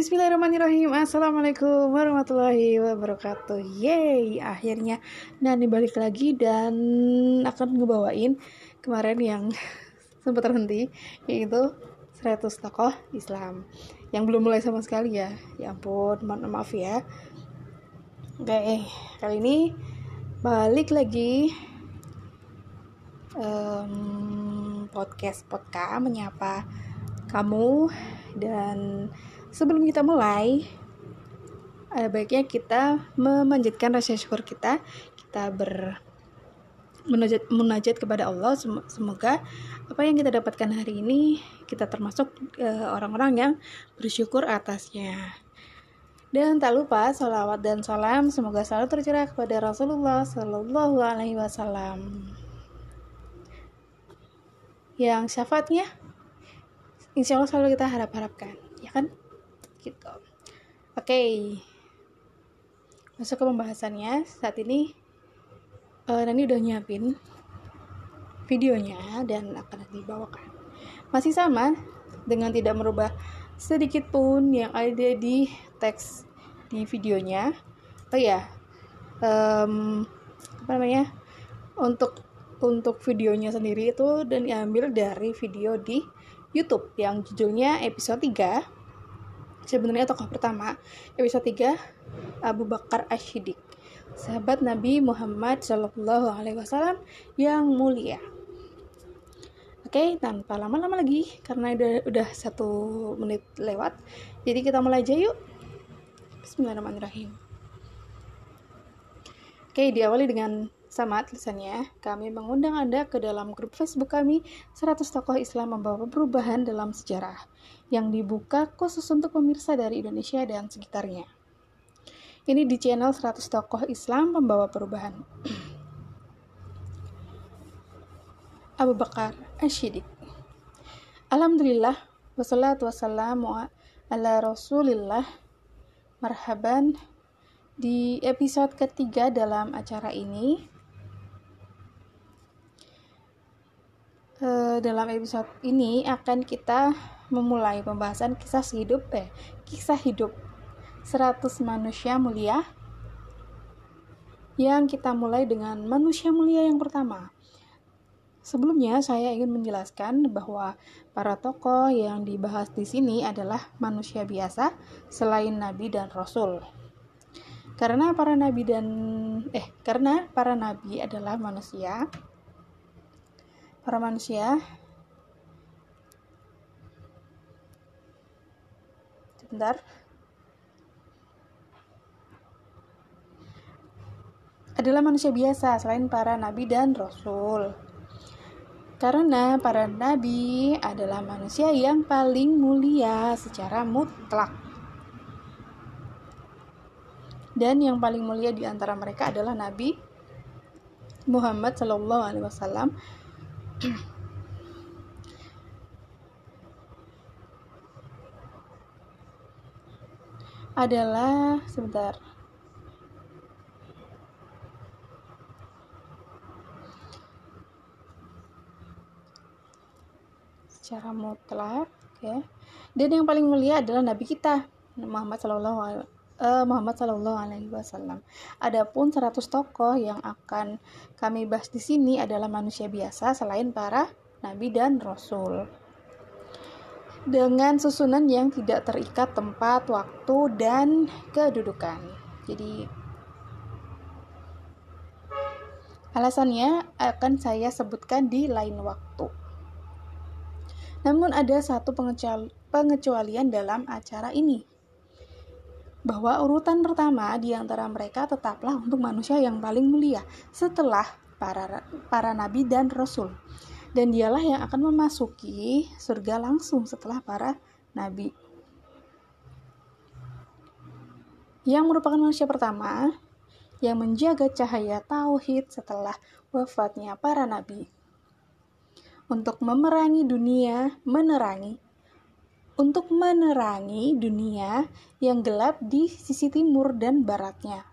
Bismillahirrahmanirrahim. Assalamualaikum warahmatullahi wabarakatuh. Yeay, akhirnya Nani balik lagi dan akan ngebawain kemarin yang sempat terhenti, yaitu 100 tokoh Islam yang belum mulai sama sekali ya. Ya ampun, maaf ya. Oke, kali ini balik lagi podcast menyapa kamu. Dan sebelum kita mulai, ada baiknya kita memanjatkan rasa syukur kita munajat kepada Allah. Semoga apa yang kita dapatkan hari ini kita termasuk orang-orang yang bersyukur atasnya. Dan tak lupa sholawat dan salam semoga selalu tercurah kepada Rasulullah Sallallahu Alaihi Wasallam, yang syafaatnya insya Allah selalu kita harapkan, ya kan? Gitu. Oke, masuk ke pembahasannya. Saat ini Nani udah nyiapin videonya dan akan dibawakan. Masih sama dengan tidak merubah sedikit pun yang ada di teks di videonya. Oh ya, untuk videonya sendiri itu dan diambil dari video di YouTube yang judulnya episode 3. Sebenarnya tokoh pertama episode 3 Abu Bakar Ash-Shiddiq, sahabat Nabi Muhammad Sallallahu Alaihi Wasallam yang mulia. Oke, tanpa lama-lama lagi karena udah 1 menit lewat, jadi kita mulai aja yuk. Bismillahirrahmanirrahim. Oke, diawali dengan sama tulisannya, kami mengundang Anda ke dalam grup Facebook kami 100 Tokoh Islam Membawa Perubahan dalam Sejarah, yang dibuka khusus untuk pemirsa dari Indonesia dan sekitarnya. Ini di channel 100 Tokoh Islam Membawa Perubahan. Abu Bakar Ash-Shiddiq. Alhamdulillah, wassalatu wassalamu ala rasulillah. Marhaban. Di episode ketiga dalam acara ini, dalam episode ini akan kita memulai pembahasan kisah hidup 100 manusia mulia, yang kita mulai dengan manusia mulia yang pertama. Sebelumnya saya ingin menjelaskan bahwa para tokoh yang dibahas di sini adalah manusia biasa selain nabi dan rasul. Karena para nabi adalah manusia. Para manusia adalah manusia biasa selain para nabi dan rasul. Karena para nabi adalah manusia yang paling mulia secara mutlak. Dan yang paling mulia di antara mereka adalah Nabi Muhammad Sallallahu Alaihi Wasallam. Adalah secara mutlak, ya. Dan yang paling mulia adalah Nabi kita Muhammad Sallallahu Alaihi Wasallam. Adapun 100 tokoh yang akan kami bahas di sini adalah manusia biasa selain para nabi dan rasul, dengan susunan yang tidak terikat tempat, waktu, dan kedudukan. Jadi alasannya akan saya sebutkan di lain waktu. Namun ada satu pengecualian dalam acara ini, bahwa urutan pertama di antara mereka tetaplah untuk manusia yang paling mulia setelah para nabi dan rasul, dan dialah yang akan memasuki surga langsung setelah para nabi, yang merupakan manusia pertama yang menjaga cahaya tauhid setelah wafatnya para nabi, untuk menerangi dunia yang gelap di sisi timur dan baratnya,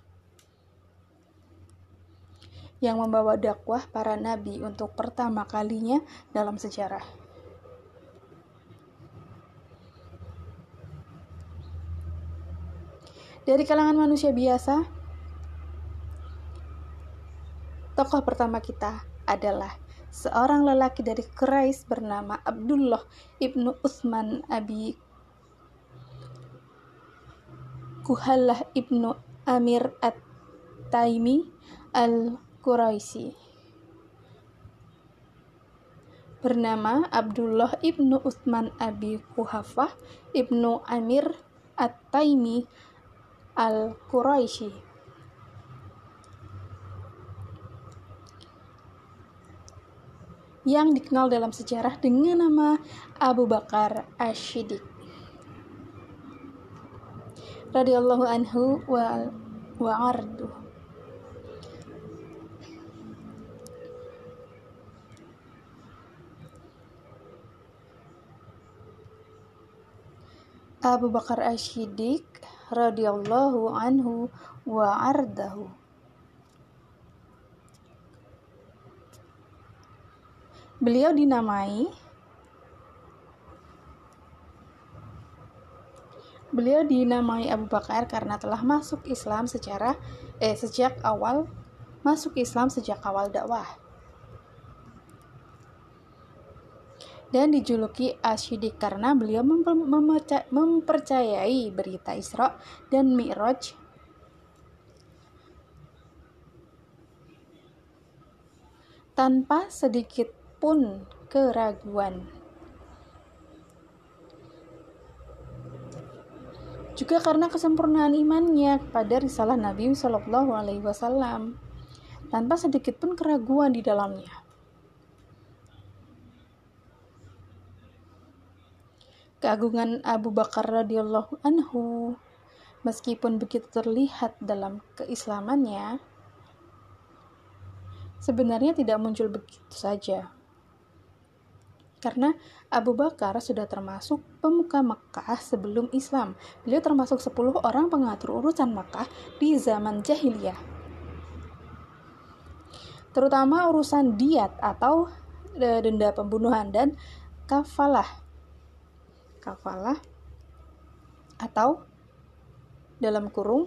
yang membawa dakwah para nabi untuk pertama kalinya dalam sejarah. Dari kalangan manusia biasa, tokoh pertama kita adalah seorang lelaki dari Quraisy bernama Abdullah ibnu Utsman Abi Kuhalah ibnu Amir At-Taimi Al-Quraisy. Bernama Abdullah ibnu Utsman Abi Kuhafah ibnu Amir At-Taimi Al-Quraisy, yang dikenal dalam sejarah dengan nama Abu Bakar Asy-Siddiq radhiyallahu anhu wa ardu. Abu Bakar Asy-Siddiq radhiyallahu anhu wa ardahu. Beliau dinamai Abu Bakar karena telah masuk Islam sejak awal dakwah, dan dijuluki Asy-Siddiq karena beliau mempercayai berita Isra dan Mi'raj tanpa sedikit pun keraguan. Juga karena kesempurnaan imannya kepada risalah Nabi Shallallahu Alaihi Wasallam tanpa sedikit pun keraguan di dalamnya. Keagungan Abu Bakar radhiyallahu anhu, meskipun begitu terlihat dalam keislamannya, sebenarnya tidak muncul begitu saja. Karena Abu Bakar sudah termasuk pemuka Makkah sebelum Islam. Beliau termasuk 10 orang pengatur urusan Makkah di zaman jahiliyah, terutama urusan diat atau denda pembunuhan dan kafalah atau dalam kurung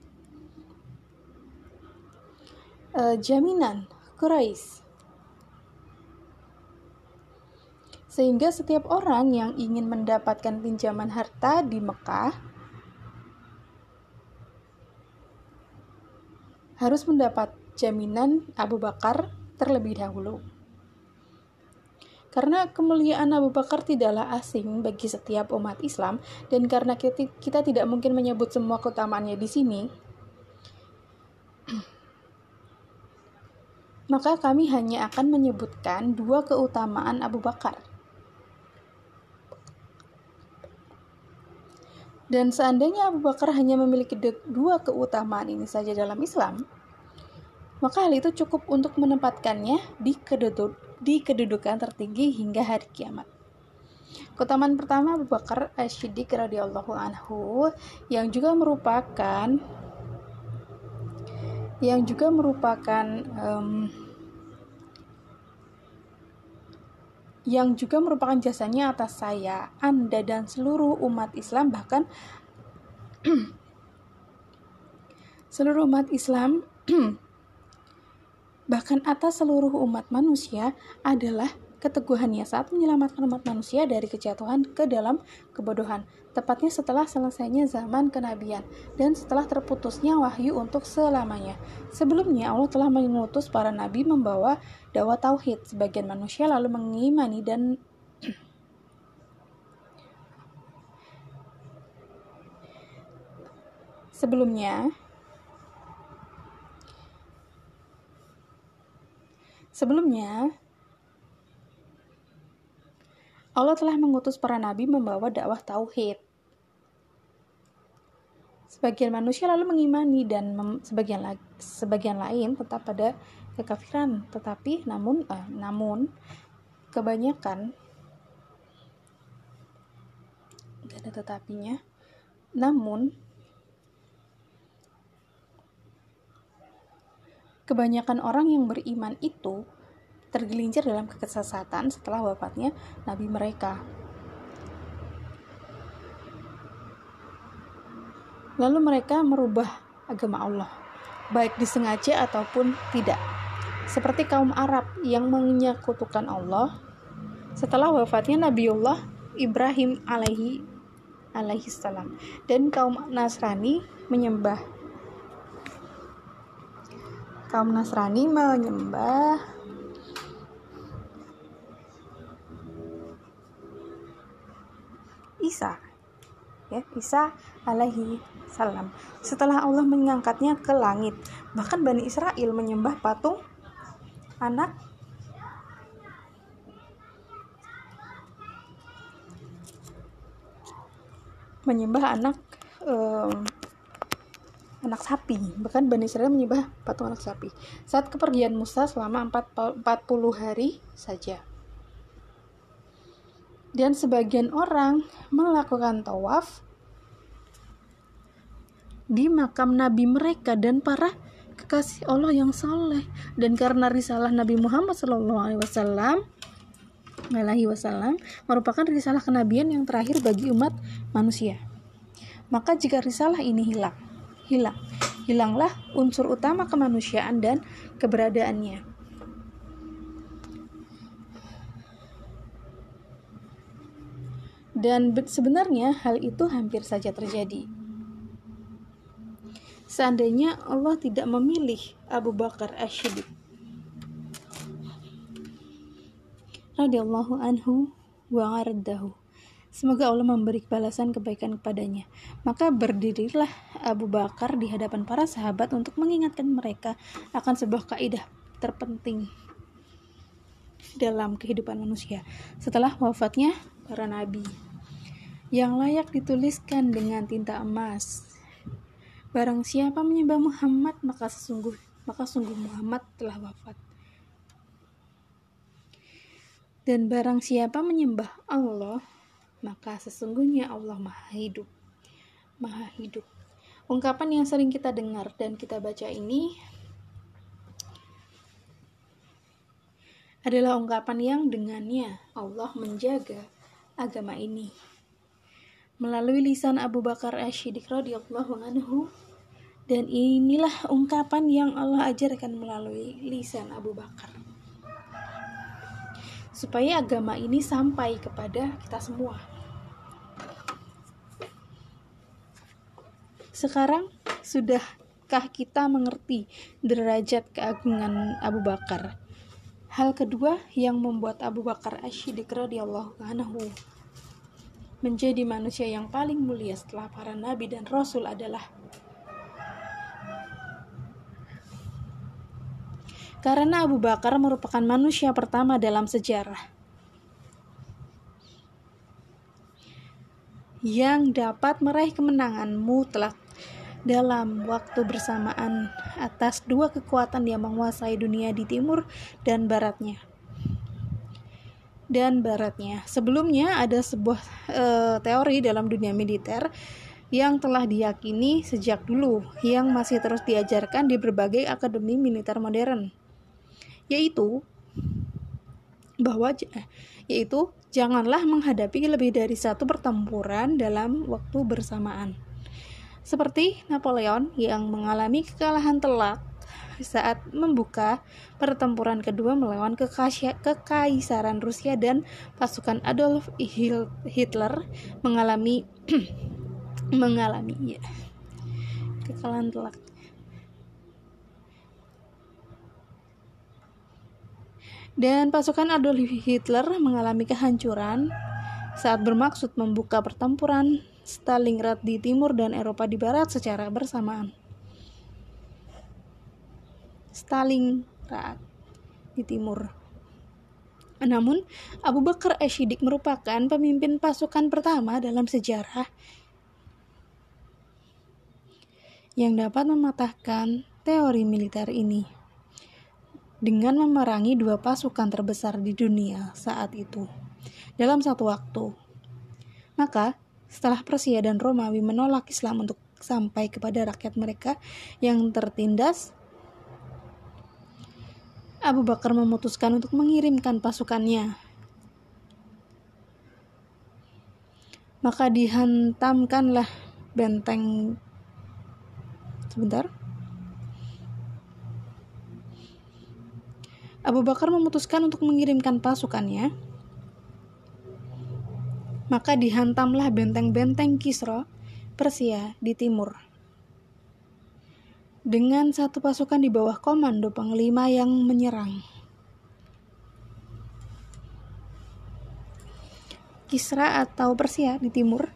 jaminan Quraisy. Sehingga setiap orang yang ingin mendapatkan pinjaman harta di Mekah harus mendapat jaminan Abu Bakar terlebih dahulu. Karena kemuliaan Abu Bakar tidaklah asing bagi setiap umat Islam, dan karena kita tidak mungkin menyebut semua keutamaannya di sini, maka kami hanya akan menyebutkan 2 keutamaan Abu Bakar. Dan seandainya Abu Bakar hanya memiliki 2 keutamaan ini saja dalam Islam, maka hal itu cukup untuk menempatkannya di kedudukan tertinggi hingga hari kiamat. Keutamaan pertama Abu Bakar Asy-Siddiq radhiyallahu anhu yang juga merupakan jasanya atas saya, Anda, dan seluruh umat Islam, bahkan bahkan atas seluruh umat manusia, adalah keteguhannya saat menyelamatkan umat manusia dari kejatuhan ke dalam kebodohan, tepatnya setelah selesainya zaman kenabian dan setelah terputusnya wahyu untuk selamanya. Sebelumnya Allah telah mengutus para nabi membawa dakwah tauhid. Sebagian manusia lalu mengimani dan Sebelumnya Allah telah mengutus para nabi membawa dakwah tauhid. Sebagian manusia lalu mengimani dan sebagian lain tetap pada kekafiran. Namun kebanyakan, gak ada tetapinya, kebanyakan orang yang beriman itu tergelincir dalam kesesatan setelah wafatnya nabi mereka. Lalu mereka merubah agama Allah, baik disengaja ataupun tidak. Seperti kaum Arab yang menyekutukan Allah setelah wafatnya Nabiullah Ibrahim alaihi salam, dan kaum Nasrani menyembah Isa alaihi salam setelah Allah mengangkatnya ke langit. Bahkan Bani Israel menyembah patung anak sapi. Bahkan Bani Israel menyembah patung anak sapi saat kepergian Musa selama 40 hari saja. Dan sebagian orang melakukan tawaf di makam nabi mereka dan para kekasih Allah yang saleh. Dan karena risalah Nabi Muhammad SAW merupakan risalah kenabian yang terakhir bagi umat manusia, maka jika risalah ini hilanglah unsur utama kemanusiaan dan keberadaannya. Dan sebenarnya hal itu hampir saja terjadi. Seandainya Allah tidak memilih Abu Bakar Ash-Shiddiq radhiyallahu anhu wa ardahu, semoga Allah memberi balasan kebaikan kepadanya, maka berdirilah Abu Bakar di hadapan para sahabat untuk mengingatkan mereka akan sebuah kaidah terpenting dalam kehidupan manusia setelah wafatnya para nabi, yang layak dituliskan dengan tinta emas. Barang siapa menyembah Muhammad, maka sungguh Muhammad telah wafat. Dan barang siapa menyembah Allah, maka sesungguhnya Allah Maha Hidup. Ungkapan yang sering kita dengar dan kita baca ini adalah ungkapan yang dengannya Allah menjaga agama ini. Melalui lisan Abu Bakar Ash-Shiddiq radhiyallahu anhu, dan inilah ungkapan yang Allah ajarkan melalui lisan Abu Bakar, supaya agama ini sampai kepada kita semua. Sekarang sudahkah kita mengerti derajat keagungan Abu Bakar? Hal kedua yang membuat Abu Bakar Ash-Shiddiq radhiyallahu anhu menjadi manusia yang paling mulia setelah para nabi dan rasul adalah karena Abu Bakar merupakan manusia pertama dalam sejarah yang dapat meraih kemenangan mutlak dalam waktu bersamaan atas dua kekuatan yang menguasai dunia di timur dan baratnya. Sebelumnya ada sebuah teori dalam dunia militer yang telah diyakini sejak dulu, yang masih terus diajarkan di berbagai akademi militer modern, yaitu janganlah menghadapi lebih dari satu pertempuran dalam waktu bersamaan. Seperti Napoleon yang mengalami kekalahan telak saat membuka pertempuran kedua melawan kekaisaran Rusia, dan pasukan Adolf Hitler mengalami kekalahan telak. Dan pasukan Adolf Hitler mengalami kehancuran saat bermaksud membuka pertempuran Stalingrad di timur dan Eropa di barat secara bersamaan. Stalingrad di timur. Namun, Abu Bakar Ash-Shiddiq merupakan pemimpin pasukan pertama dalam sejarah yang dapat mematahkan teori militer ini dengan memerangi dua pasukan terbesar di dunia saat itu dalam satu waktu. Maka, setelah Persia dan Romawi menolak Islam untuk sampai kepada rakyat mereka yang tertindas, Abu Bakar memutuskan untuk mengirimkan pasukannya. Maka dihantamkanlah benteng Sebentar. Abu Bakar memutuskan untuk mengirimkan pasukannya. Maka dihantamlah benteng-benteng Kisra, Persia di timur. Dengan satu pasukan di bawah komando panglima yang menyerang. Kisra atau Persia di timur.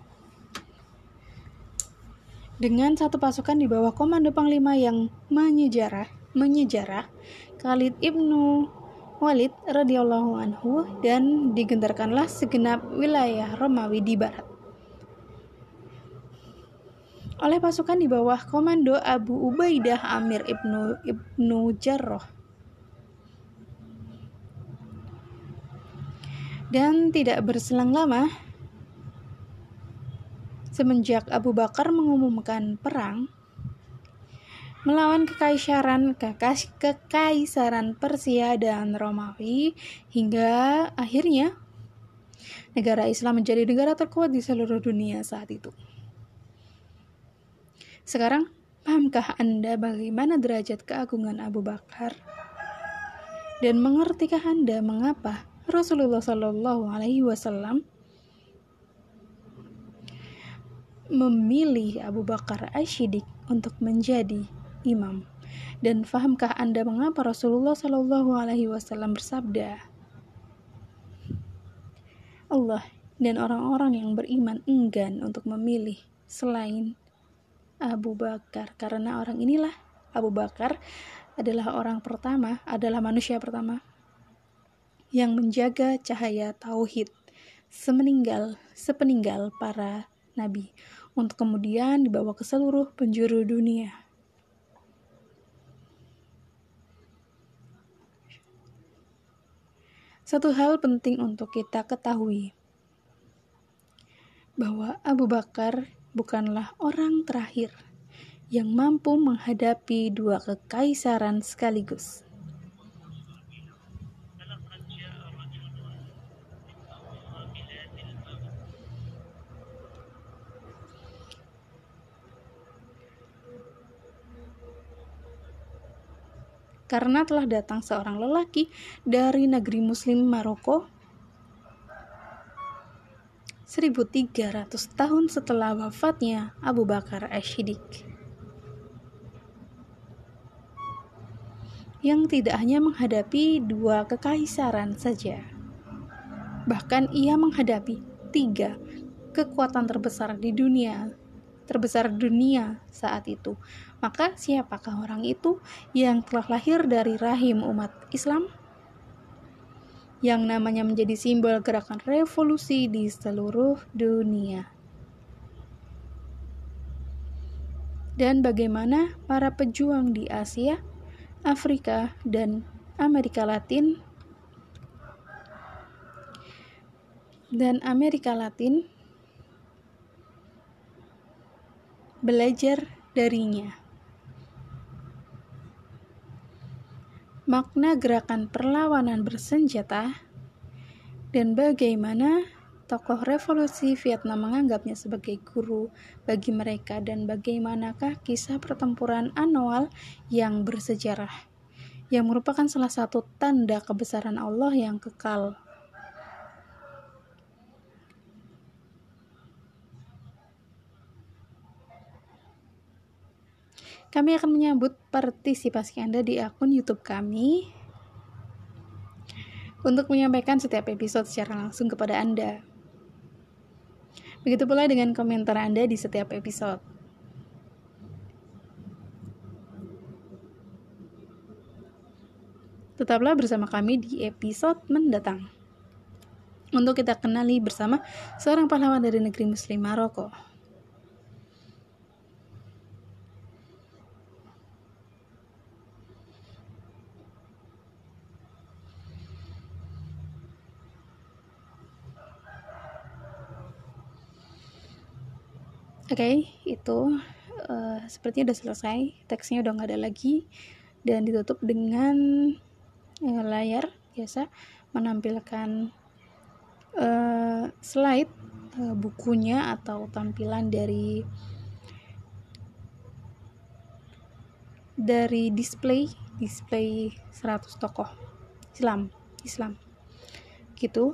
Dengan satu pasukan di bawah komando panglima yang menyejarah Khalid ibnu Walid radhiyallahu anhu, dan digentarkanlah segenap wilayah Romawi di barat oleh pasukan di bawah komando Abu Ubaidah Amir ibnu Jarrah. Dan tidak berselang lama, semenjak Abu Bakar mengumumkan perang melawan kekaisaran Persia dan Romawi, hingga akhirnya negara Islam menjadi negara terkuat di seluruh dunia saat itu. Sekarang, pahamkah Anda bagaimana derajat keagungan Abu Bakar? Dan mengertikah Anda mengapa Rasulullah Shallallahu Alaihi Wasallam memilih Abu Bakar Asy-Siddiq untuk menjadi imam? Dan fahamkah Anda mengapa Rasulullah Shallallahu Alaihi Wasallam bersabda, Allah dan orang-orang yang beriman enggan untuk memilih selain Abu Bakar, karena orang inilah, Abu Bakar adalah manusia pertama yang menjaga cahaya tauhid sepeninggal para nabi, untuk kemudian dibawa ke seluruh penjuru dunia. Satu hal penting untuk kita ketahui, bahwa Abu Bakar bukanlah orang terakhir yang mampu menghadapi dua kekaisaran sekaligus. Karena telah datang seorang lelaki dari negeri Muslim Maroko 1300 tahun setelah wafatnya Abu Bakar Asy-Siddiq, yang tidak hanya menghadapi dua kekaisaran saja, bahkan ia menghadapi 3 kekuatan terbesar dunia saat itu. Maka siapakah orang itu yang telah lahir dari rahim umat Islam, yang namanya menjadi simbol gerakan revolusi di seluruh dunia? Dan bagaimana para pejuang di Asia, Afrika, dan Amerika Latin belajar darinya. Makna gerakan perlawanan bersenjata, dan bagaimana tokoh revolusi Vietnam menganggapnya sebagai guru bagi mereka, dan bagaimanakah kisah pertempuran Anwar yang bersejarah, yang merupakan salah satu tanda kebesaran Allah yang kekal. Kami akan menyambut partisipasi Anda di akun YouTube kami untuk menyampaikan setiap episode secara langsung kepada Anda. Begitu pula dengan komentar Anda di setiap episode. Tetaplah bersama kami di episode mendatang untuk kita kenali bersama seorang pahlawan dari negeri Muslim Maroko. Oke, itu sepertinya udah selesai. Teksnya udah nggak ada lagi, dan ditutup dengan layar biasa menampilkan slide bukunya atau tampilan dari dari display 100 tokoh Islam gitu.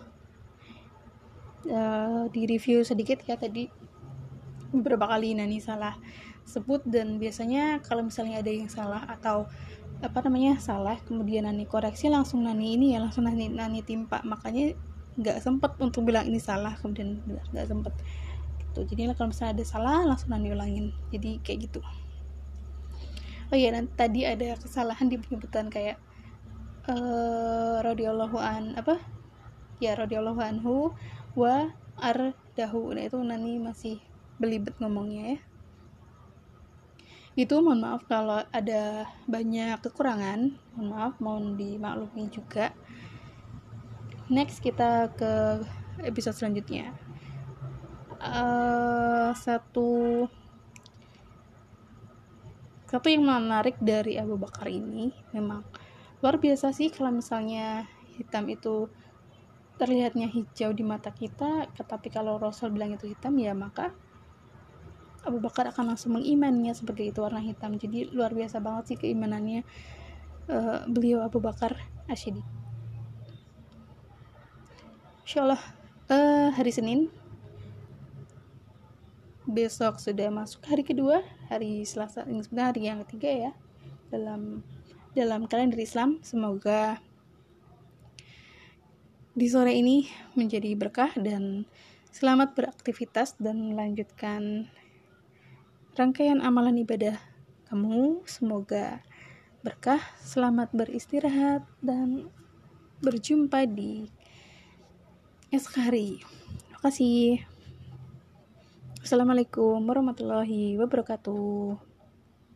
Di review sedikit ya, tadi beberapa kali Nani salah sebut, dan biasanya kalau misalnya ada yang salah atau salah kemudian Nani koreksi, langsung Nani timpa, makanya nggak sempet untuk bilang ini salah kemudian nggak sempet gitu. Jadi kalau misalnya ada salah langsung Nani ulangin, jadi kayak gitu. Oh iya, nanti tadi ada kesalahan di penyebutan kayak radhiyallahu anhu wa ardahu. Nah itu Nani masih belibet ngomongnya ya. Itu mohon maaf kalau ada banyak kekurangan, mohon dimaklumi juga. Next kita ke episode selanjutnya. Satu yang menarik dari Abu Bakar ini, memang luar biasa sih. Kalau misalnya hitam itu terlihatnya hijau di mata kita, tapi kalau Rasul bilang itu hitam, ya maka Abu Bakar akan langsung mengimannya seperti itu, warna hitam. Jadi luar biasa banget sih keimanannya beliau Abu Bakar Asyiddiq. Insyaallah hari Senin, besok sudah masuk hari kedua, hari Selasa, ini sebenarnya hari yang ketiga ya dalam kalender Islam. Semoga di sore ini menjadi berkah, dan selamat beraktivitas dan melanjutkan rangkaian amalan ibadah kamu. Semoga berkah, selamat beristirahat, dan berjumpa di esok hari. Terima kasih. Assalamualaikum warahmatullahi wabarakatuh.